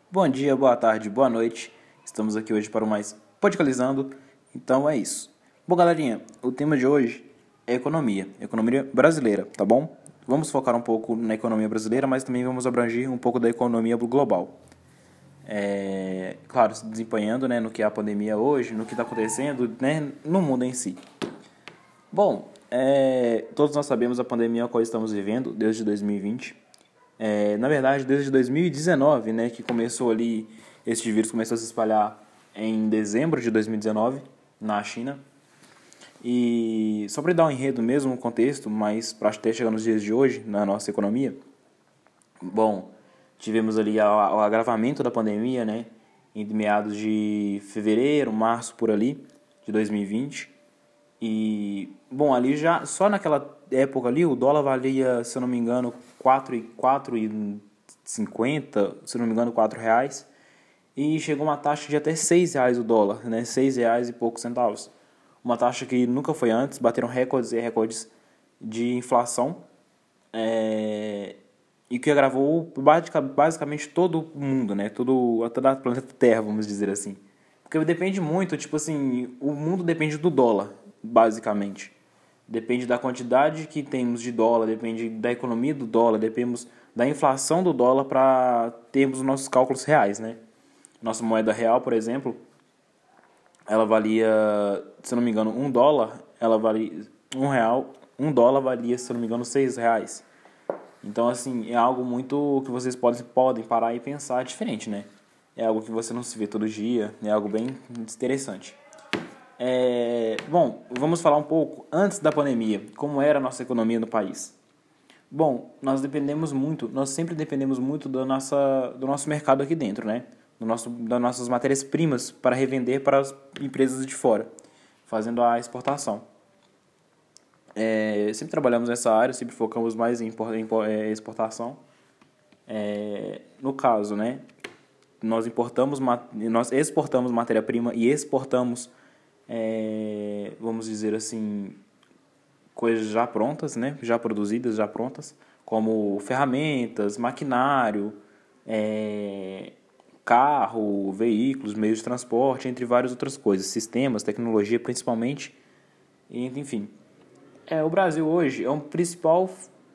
Bom dia, boa tarde, boa noite. Estamos aqui hoje para o mais Podcalizando. Então é isso. Bom, galerinha, o tema de hoje é economia brasileira, tá bom? Vamos focar um pouco na economia brasileira, mas também vamos abranger um pouco da economia global. Claro, se desempenhando, né, no que é a pandemia hoje, no que está acontecendo, né, no mundo em si. Bom, todos nós sabemos a pandemia a qual estamos vivendo desde 2020. Na verdade, desde 2019, né, que começou ali, esse vírus começou a se espalhar em dezembro de 2019, na China. E só para dar um enredo mesmo, um contexto, mas para até chegar nos dias de hoje, na nossa economia, bom, tivemos ali o agravamento da pandemia, né, em meados de fevereiro, março, por ali, de 2020. E, bom, ali já, só naquela época ali, o dólar valia, se eu não me engano, 4,50, se eu não me engano, R$ 4. E chegou uma taxa de até R$ 6 o dólar, né? R$ 6 e poucos centavos. Uma taxa que nunca foi antes, bateram recordes e recordes de inflação. E que agravou basicamente todo o mundo, né? Toda a planeta Terra, vamos dizer assim. Porque depende muito, tipo assim, o mundo depende do dólar, basicamente. Depende da quantidade que temos de dólar, depende da economia do dólar, depende da inflação do dólar para termos os nossos cálculos reais, né? Nossa moeda real, por exemplo, ela valia, se eu não me engano, $1, ela valia R$ 1, $1 valia, se eu não me engano, R$ 6. Então, assim, é algo muito que vocês podem parar e pensar diferente, né? É algo que você não se vê todo dia, é algo bem interessante. Bom, vamos falar um pouco antes da pandemia, como era a nossa economia no país. Bom, nós sempre dependemos muito do nosso mercado aqui dentro, né? Das nossas matérias-primas para revender para as empresas de fora, fazendo a exportação. Sempre trabalhamos nessa área, sempre focamos mais em exportação. No caso, né? Nós exportamos matéria-prima e exportamos, vamos dizer assim, coisas já prontas, né? Já produzidas, já prontas, como ferramentas, maquinário, carro, veículos, meios de transporte, entre várias outras coisas, sistemas, tecnologia principalmente, enfim. O Brasil hoje é um principal,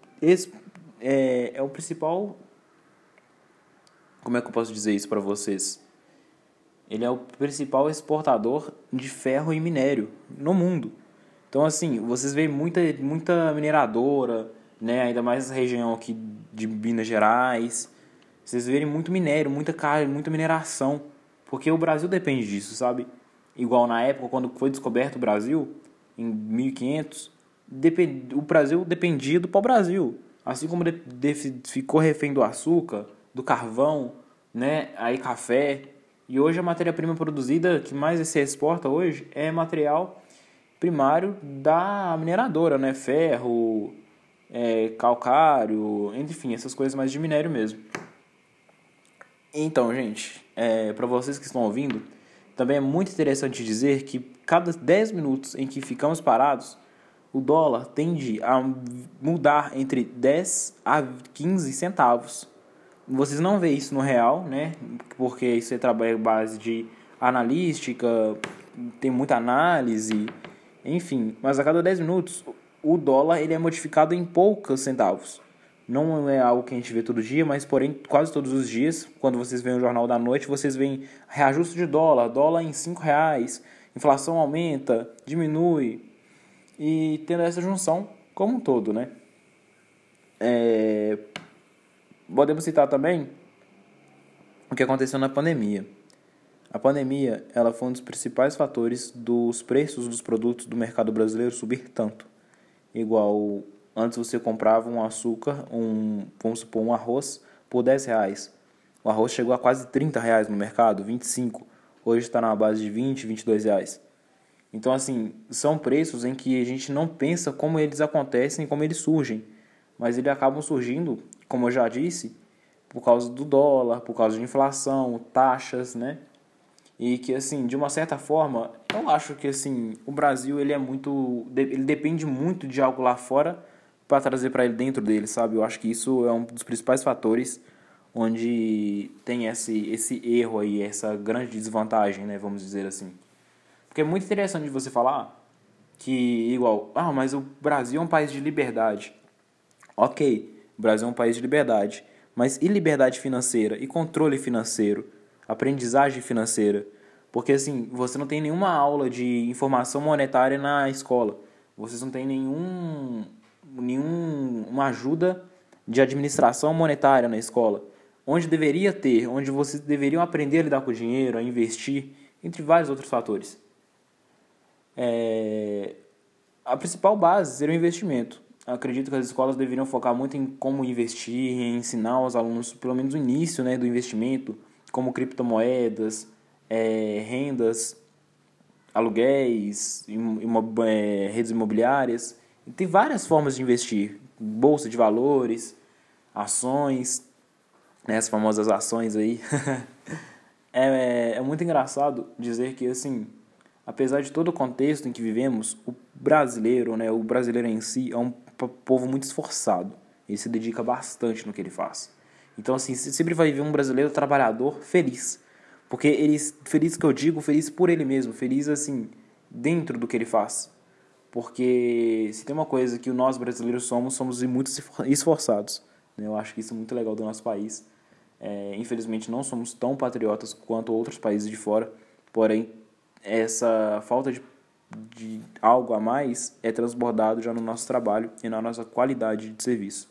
como é que eu posso dizer isso para vocês? Ele é o principal exportador de ferro e minério no mundo. Então, assim, vocês veem muita mineradora, né? Ainda mais essa região aqui de Minas Gerais. Vocês verem muito minério, muita carne, muita mineração. Porque o Brasil depende disso, sabe? Igual na época, quando foi descoberto o Brasil, em 1500, o Brasil dependia do pau-brasil. Assim como ficou refém do açúcar, do carvão, né? Aí café. E hoje a matéria-prima produzida que mais se exporta hoje é material primário da mineradora, né? Ferro, calcário, enfim, essas coisas mais de minério mesmo. Então, gente, para vocês que estão ouvindo, também é muito interessante dizer que cada 10 minutos em que ficamos parados, o dólar tende a mudar entre 10 a 15 centavos. Vocês não veem isso no real, né? Porque isso é trabalho base de analística, tem muita análise, enfim. Mas a cada 10 minutos, o dólar ele é modificado em poucos centavos. Não é algo que a gente vê todo dia, mas porém quase todos os dias, quando vocês veem o Jornal da Noite, vocês veem reajuste de dólar em R$ 5, inflação aumenta, diminui, e tendo essa junção como um todo, né? Podemos citar também o que aconteceu na pandemia. A pandemia ela foi um dos principais fatores dos preços dos produtos do mercado brasileiro subir tanto. Igual, antes você comprava um açúcar, vamos supor, um arroz por R$ 10. O arroz chegou a quase R$ 30 no mercado, 25. Hoje está na base de R$ 20, R$ 22. Então, assim, são preços em que a gente não pensa como eles acontecem, como eles surgem. Mas eles acabam surgindo, como eu já disse, por causa do dólar, por causa de inflação, taxas, né? E que, assim, de uma certa forma, eu acho que, assim, o Brasil, ele depende muito de algo lá fora para trazer para ele dentro dele, sabe? Eu acho que isso é um dos principais fatores onde tem esse erro aí, essa grande desvantagem, né, vamos dizer assim. Porque é muito interessante você falar que, mas o Brasil é um país de liberdade. Ok, o Brasil é um país de liberdade, mas e liberdade financeira, e controle financeiro, aprendizagem financeira? Porque, assim, você não tem nenhuma aula de informação monetária na escola. Vocês não têm uma ajuda de administração monetária na escola. Onde deveria ter, onde vocês deveriam aprender a lidar com o dinheiro, a investir, entre vários outros fatores. A principal base seria o investimento. Acredito que as escolas deveriam focar muito em como investir, em ensinar aos alunos, pelo menos o início, né, do investimento, como criptomoedas, rendas, aluguéis, redes imobiliárias. E tem várias formas de investir. Bolsa de valores, ações, né, as famosas ações aí. É muito engraçado dizer que, assim, apesar de todo o contexto em que vivemos, o brasileiro, né, o brasileiro em si é um povo muito esforçado. Ele se dedica bastante no que ele faz. Então, assim, você sempre vai ver um brasileiro trabalhador feliz. Porque ele, feliz que eu digo, feliz por ele mesmo, feliz, assim, dentro do que ele faz. Porque se tem uma coisa que nós brasileiros somos muito esforçados. Eu acho que isso é muito legal do nosso país. Infelizmente não somos tão patriotas quanto outros países de fora, porém essa falta de algo a mais é transbordado já no nosso trabalho e na nossa qualidade de serviço.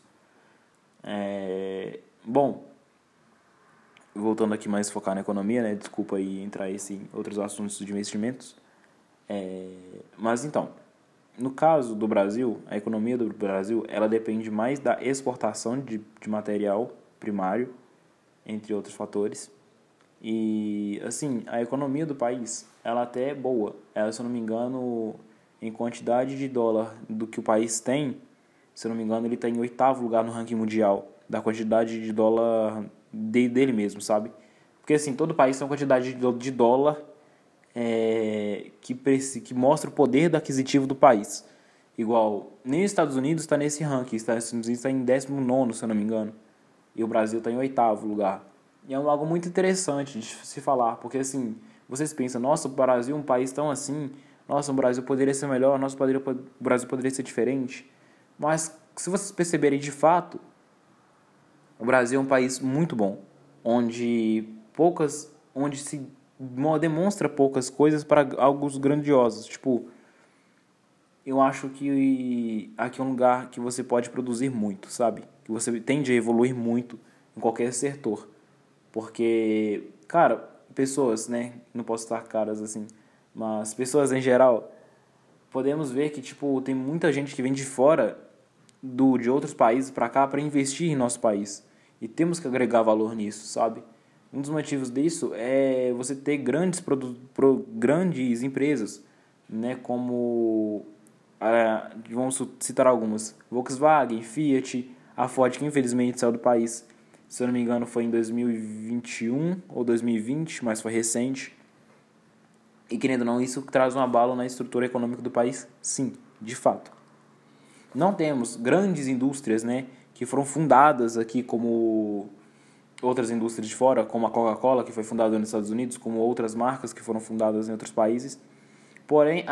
Bom, voltando aqui mais focar na economia, né? Desculpa aí entrar em outros assuntos de investimentos. Mas então, no caso do Brasil, a economia do Brasil, ela depende mais da exportação de material primário, entre outros fatores. E, assim, a economia do país, ela até é boa. Ela, se eu não me engano, em quantidade de dólar do que o país tem, se eu não me engano, ele está em 8º lugar no ranking mundial, da quantidade de dólar dele mesmo, sabe? Porque, assim, todo país tem uma quantidade de dólar que mostra o poder aquisitivo do país. Igual, nem os Estados Unidos está nesse ranking. Os Estados Unidos está em 19º, se eu não me engano. E o Brasil está em 8º lugar. E é algo muito interessante de se falar, porque, assim, vocês pensam, nossa, o Brasil é um país tão assim, nossa, o Brasil poderia ser melhor, o Brasil poderia ser diferente. Mas, se vocês perceberem de fato, o Brasil é um país muito bom, onde se demonstra poucas coisas para algo grandiosos. Tipo, eu acho que aqui é um lugar que você pode produzir muito, sabe? Que você tende a evoluir muito em qualquer setor. Porque, cara, pessoas, né? Não posso estar caras assim, mas pessoas em geral, podemos ver que, tipo, tem muita gente que vem de fora de outros países para cá para investir em nosso país. E temos que agregar valor nisso, sabe? Um dos motivos disso é você ter grandes empresas, né? Como, vamos citar algumas, Volkswagen, Fiat, a Ford, que infelizmente saiu do país. Se eu não me engano, foi em 2021 ou 2020, mas foi recente. E, querendo ou não, isso traz um abalo na estrutura econômica do país? Sim, de fato. Não temos grandes indústrias, né, que foram fundadas aqui como outras indústrias de fora, como a Coca-Cola, que foi fundada nos Estados Unidos, como outras marcas que foram fundadas em outros países. Porém,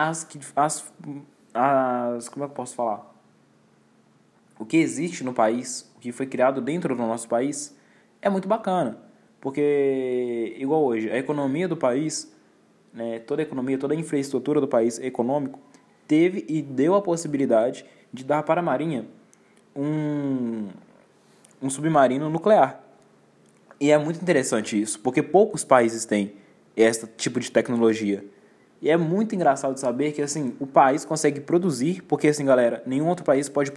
como é que eu posso falar? O que existe no país, o que foi criado dentro do nosso país, é muito bacana. Porque, igual hoje, a economia do país, né, toda a infraestrutura do país econômico, teve e deu a possibilidade de dar para a Marinha um submarino nuclear. E é muito interessante isso, porque poucos países têm esse tipo de tecnologia. E é muito engraçado saber que, assim, o país consegue produzir, porque, assim, galera, nenhum outro país pode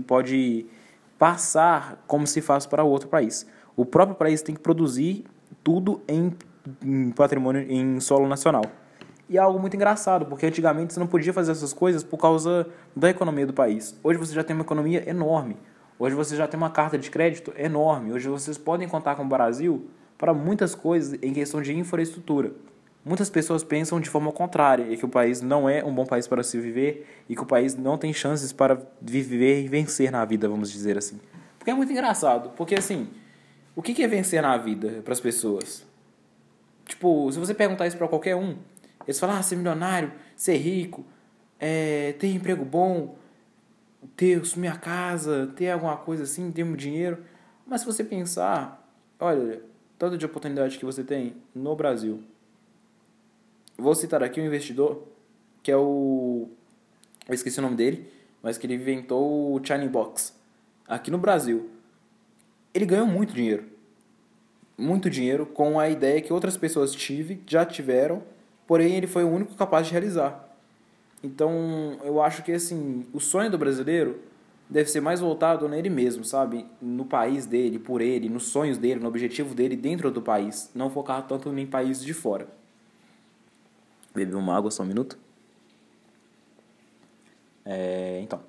passar como se faz para outro país. O próprio país tem que produzir tudo em patrimônio, em solo nacional. E é algo muito engraçado, porque antigamente você não podia fazer essas coisas por causa da economia do país. Hoje você já tem uma economia enorme. Hoje você já tem uma carta de crédito enorme. Hoje vocês podem contar com o Brasil para muitas coisas em questão de infraestrutura. Muitas pessoas pensam de forma contrária, e que o país não é um bom país para se viver e que o país não tem chances para viver e vencer na vida, vamos dizer assim. Porque é muito engraçado, porque assim, O que é vencer na vida para as pessoas? Tipo, se você perguntar isso para qualquer um, eles falam, ser milionário, ser rico, ter emprego bom, ter minha casa, ter alguma coisa assim, ter muito dinheiro. Mas se você pensar, olha, tanto de oportunidade que você tem no Brasil. Vou citar aqui um investidor, que é eu esqueci o nome dele, mas que ele inventou o China Box aqui no Brasil. Ele ganhou muito dinheiro com a ideia que outras pessoas já tiveram, porém ele foi o único capaz de realizar. Então, eu acho que assim, o sonho do brasileiro deve ser mais voltado nele mesmo, sabe? No país dele, por ele, nos sonhos dele, no objetivo dele dentro do país, não focar tanto em países de fora. Beber uma água só um minuto. Então,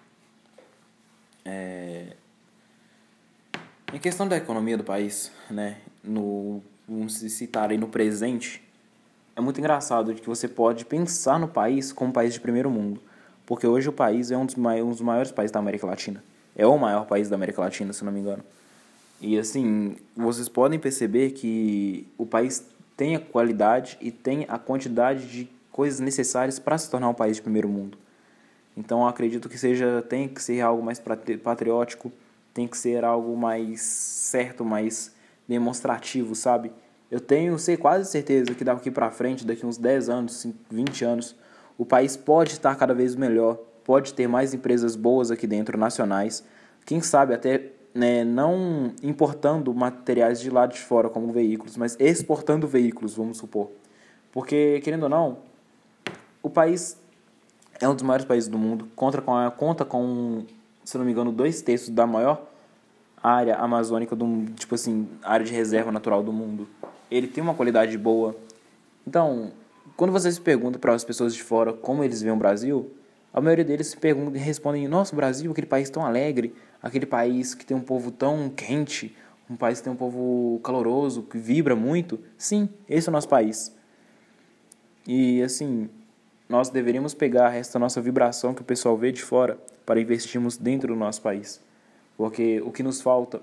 em questão da economia do país, né, vamos citar aí no presente, é muito engraçado de que você pode pensar no país como um país de primeiro mundo, porque hoje o país é um dos maiores países da América Latina. É o maior país da América Latina, se não me engano. E assim, vocês podem perceber que o país tem a qualidade e tem a quantidade de coisas necessárias para se tornar um país de primeiro mundo. Então eu acredito que tem que ser algo mais patriótico, tem que ser algo mais certo, mais demonstrativo, sabe? Sei quase certeza que daqui para frente, daqui uns 10 anos, 20 anos, o país pode estar cada vez melhor, pode ter mais empresas boas aqui dentro, nacionais, quem sabe até, né, não importando materiais de lá de fora como veículos, mas exportando veículos, vamos supor. Porque, querendo ou não, o país é um dos maiores países do mundo, conta com, se não me engano, 2/3 da maior área amazônica tipo assim, área de reserva natural do mundo. Ele tem uma qualidade boa. Então, quando você se pergunta para as pessoas de fora como eles veem o Brasil, a maioria deles se perguntam e respondem: nossa, o Brasil, aquele país tão alegre, aquele país que tem um povo tão quente, um país que tem um povo caloroso, que vibra muito. Sim, esse é o nosso país. E assim, nós deveríamos pegar essa nossa vibração que o pessoal vê de fora para investirmos dentro do nosso país. Porque o que nos falta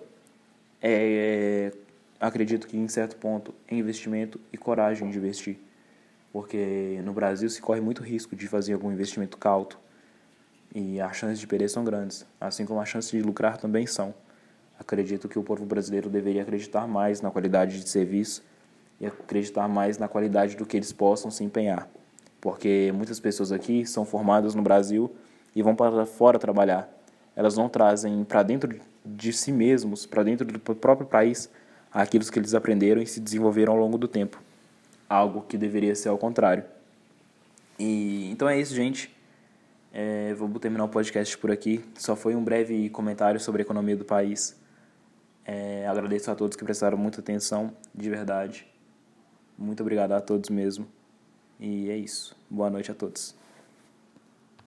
acredito que em certo ponto, é investimento e coragem de investir. Porque no Brasil se corre muito risco de fazer algum investimento cauto e as chances de perder são grandes, assim como as chances de lucrar também são. Acredito que o povo brasileiro deveria acreditar mais na qualidade de serviço e acreditar mais na qualidade do que eles possam se empenhar. Porque muitas pessoas aqui são formadas no Brasil e vão para fora trabalhar. Elas não trazem para dentro de si mesmos, para dentro do próprio país, aquilo que eles aprenderam e se desenvolveram ao longo do tempo. Algo que deveria ser ao contrário. Então é isso, gente. Vou terminar o podcast por aqui. Só foi um breve comentário sobre a economia do país. Agradeço a todos que prestaram muita atenção, de verdade. Muito obrigado a todos mesmo. E é isso. Boa noite a todos.